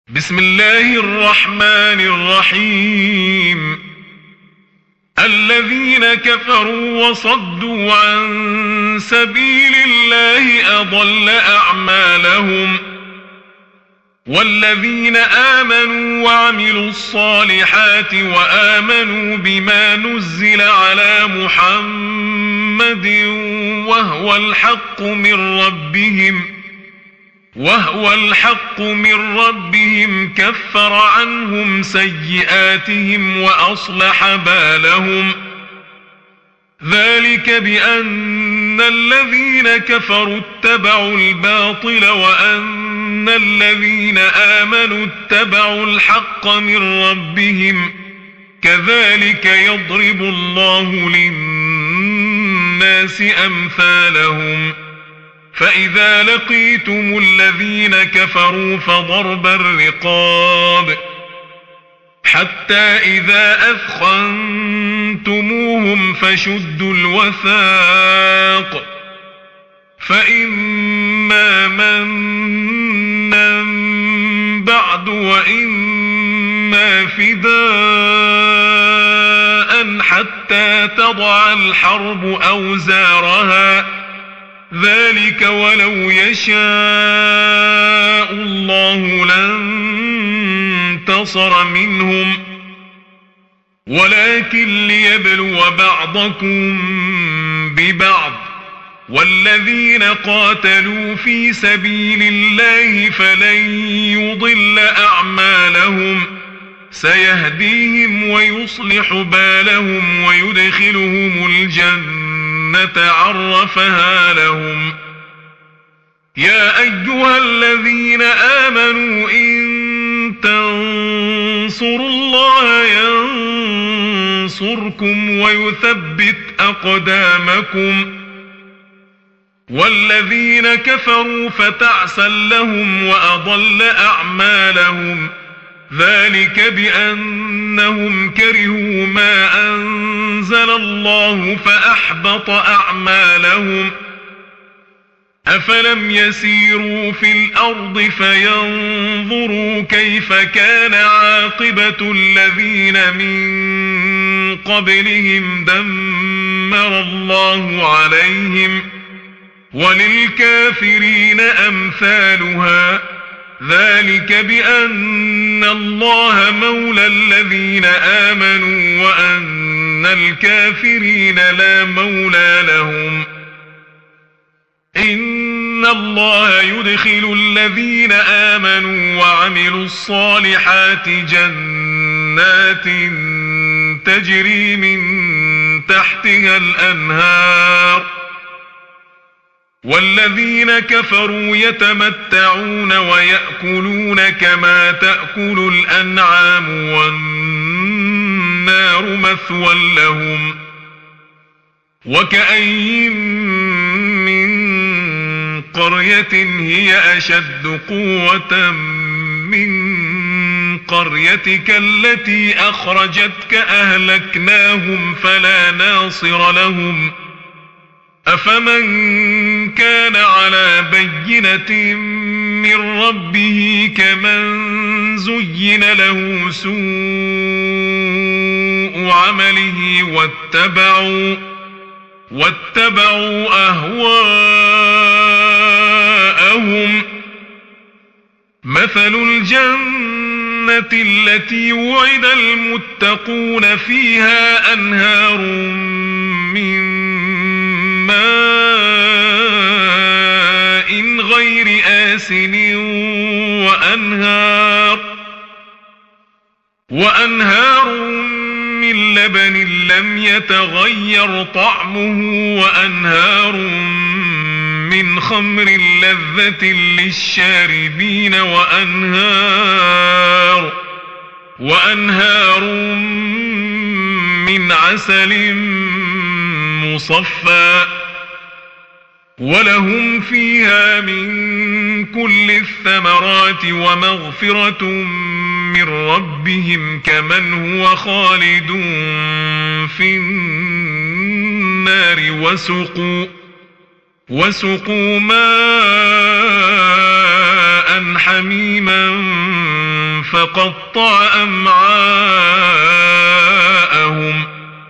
بسم الله الرحمن الرحيم. الذين كفروا وصدوا عن سبيل الله أضل أعمالهم، والذين آمنوا وعملوا الصالحات وآمنوا بما نزل على محمد وهو الحق من ربهم كفر عنهم سيئاتهم وأصلح بالهم. ذلك بأن الذين كفروا اتبعوا الباطل وأن الذين آمنوا اتبعوا الحق من ربهم، كذلك يضرب الله للناس أمثالهم. فإذا لقيتم الذين كفروا فضرب الرقاب حتى إذا أثخنتموهم فشدوا الوثاق، فإما منا بعد وإما فداء حتى تضع الحرب أوزارها، ذلك ولو يشاء الله لانتصر منهم، ولكن ليبلو بعضكم ببعض. والذين قاتلوا في سبيل الله فلن يضل أعمالهم، سيهديهم ويصلح بالهم ويدخلهم الجنة عرفها لهم. يا أيها الذين آمنوا إن تنصروا الله ينصركم ويثبت أقدامكم، والذين كفروا فتعسا لهم وأضل أعمالهم. ذلك بأنهم كرهوا ما أنزل الله فأحبط أعمالهم. أفلم يسيروا في الأرض فينظروا كيف كان عاقبة الذين من قبلهم دمر الله عليهم، وللكافرين أمثالها. ذلك بأن الله مولى الذين آمنوا وأن الكافرين لا مولى لهم. إن الله يدخل الذين آمنوا وعملوا الصالحات جنات تجري من تحتها الأنهار، والذين كفروا يتمتعون ويأكلون كما تأكل الأنعام والنار مثوى لهم. وكأين من قرية هي أشد قوة من قريتك التي أخرجتك أهلكناهم فلا ناصر لهم. أفمن كان على بينة من ربه كمن زين له سوء عمله واتبعوا أهواءهم. مثل الجنة التي وعد المتقون فيها أنهار من ماء غير آسن وأنهار من لبن لم يتغير طعمه وأنهار من خمر لذة للشاربين وأنهار من عسل مصفى، ولهم فيها من كل الثمرات ومغفرة من ربهم كمن هو خالد في النار وسقوا ماء حميما فقطع أمعاءهم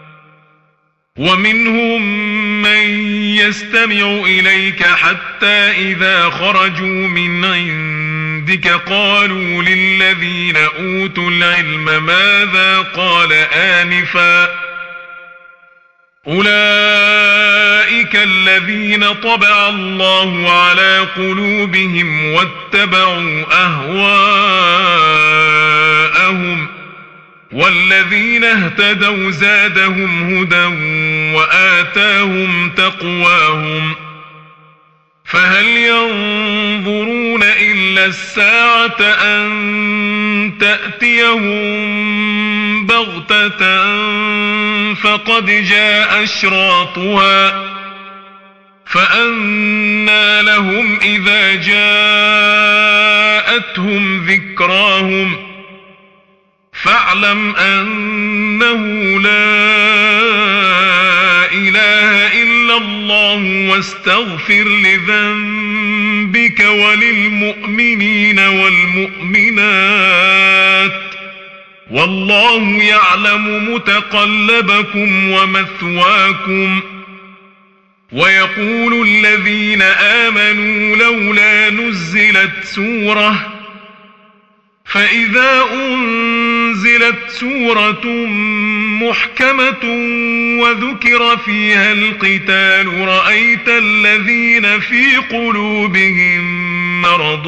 ومنهم من يستمع إليك حتى إذا خرجوا من عندك قالوا للذين أوتوا العلم ماذا قال آنفا أولئك الذين طبع الله على قلوبهم واتبعوا أهواءهم والذين اهتدوا زادهم هدى وآتاهم تقواهم فهل ينظرون إلا الساعة أن تأتيهم بغتة فقد جاء أشراطها فأنى لهم إذا جاءتهم ذكراهم فاعلم أنه لا إله إلا الله واستغفر لذنبك وللمؤمنين والمؤمنات والله يعلم متقلبكم ومثواكم ويقول الذين آمنوا لولا نزلت سورة فإذا أنزلت سورة محكمة وذكر فيها القتال رأيت الذين في قلوبهم مرض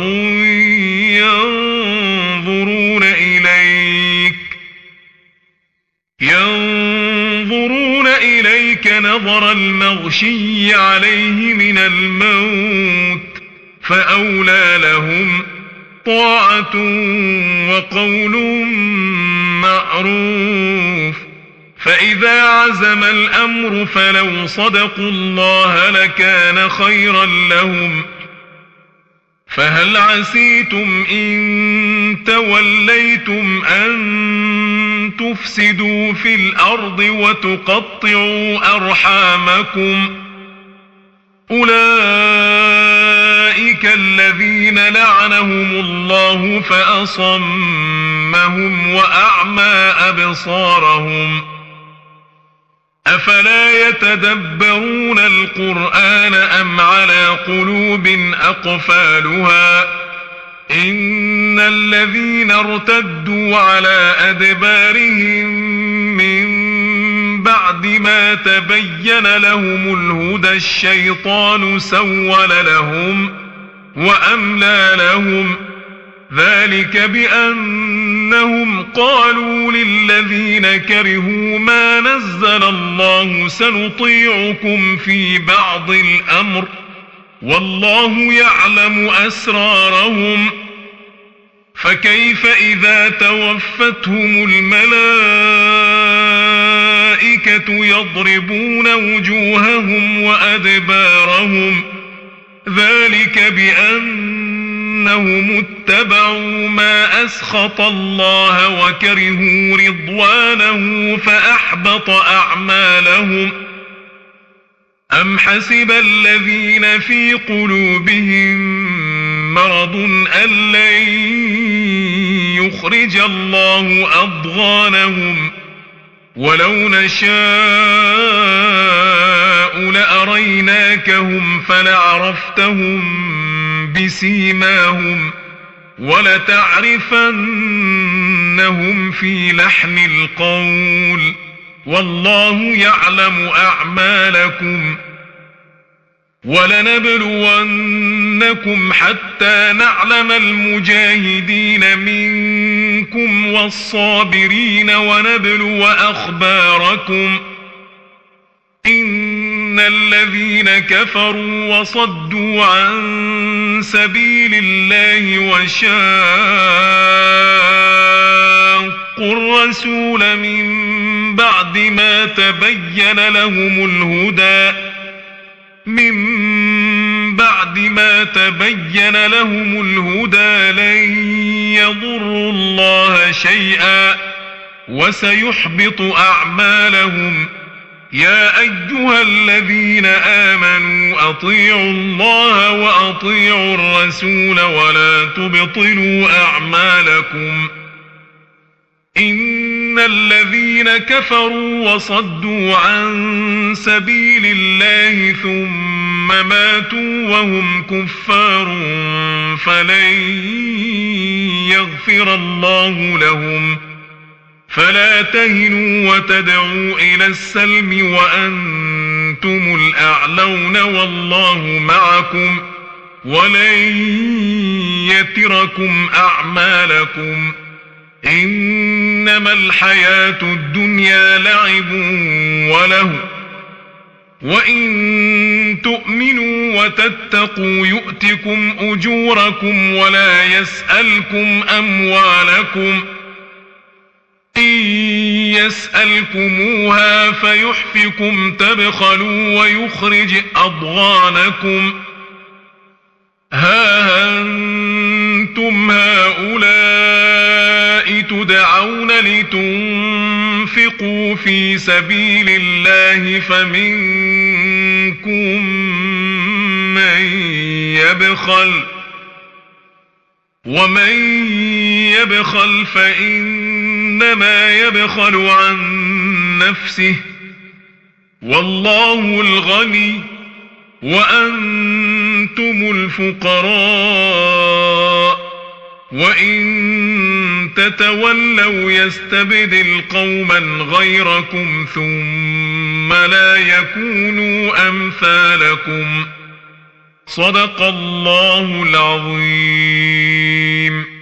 ينظرون إليك نظر المغشي عليه من الموت فأولى لهم طاعة وقول معروف فإذا عزم الأمر فلو صدقوا الله لكان خيرا لهم فهل عسيتم إن توليتم أن تفسدوا في الأرض وتقطعوا أرحامكم أولئك الذين لعنهم الله فأصمهم وأعمى أبصارهم أفلا يتدبرون القرآن أم على قلوب أقفالها إن الذين ارتدوا على أدبارهم من بعد ما تبين لهم الهدى الشيطان سول لهم وأملى لهم ذلك بأنهم قالوا للذين كرهوا ما نزل الله سنطيعكم في بعض الأمر والله يعلم أسرارهم فكيف إذا توفتهم الملائكة يضربون وجوههم وأدبارهم ذلك بأنهم اتبعوا ما أسخط الله وكرهوا رضوانه فأحبط أعمالهم أم حسب الذين في قلوبهم مرض أن لن يخرج الله أضغانهم ولو نشاء لأريناكهم فلعرفتهم بسيماهم ولتعرفنهم في لحن القول والله يعلم أعمالكم ولنبلونكم حتى نعلم المجاهدين منكم والصابرين ونبلو أخباركم إن الذين كفروا وصدوا عن سبيل الله وشاقوا الرسول من بعد ما تبين لهم الهدى لن يضروا الله شيئا وسيحبط أعمالهم يا أيها الذين آمنوا أطيعوا الله وأطيعوا الرسول ولا تبطلوا أعمالكم إن الذين كفروا وصدوا عن سبيل الله ثم ماتوا وهم كفار فلن يغفر الله لهم فلا تهنوا وتدعوا إلى السلم وأنتم الأعلون والله معكم ولن يتركم أعمالكم إنما الحياة الدنيا لعب وله وإن تؤمنوا وتتقوا يؤتكم أجوركم ولا يسألكم أموالكم إن يسألكموها فيحفكم تبخلوا ويخرج أضغانكم ها أنتم هؤلاء تدعون لتنفقوا في سبيل الله فمنكم من يبخل ومن يبخل فإنما يبخل عن نفسه والله الغني وأنتم الفقراء وإن تتولوا يستبدل قوما غيركم ثم لا يكونوا أمثالكم صدق الله العظيم.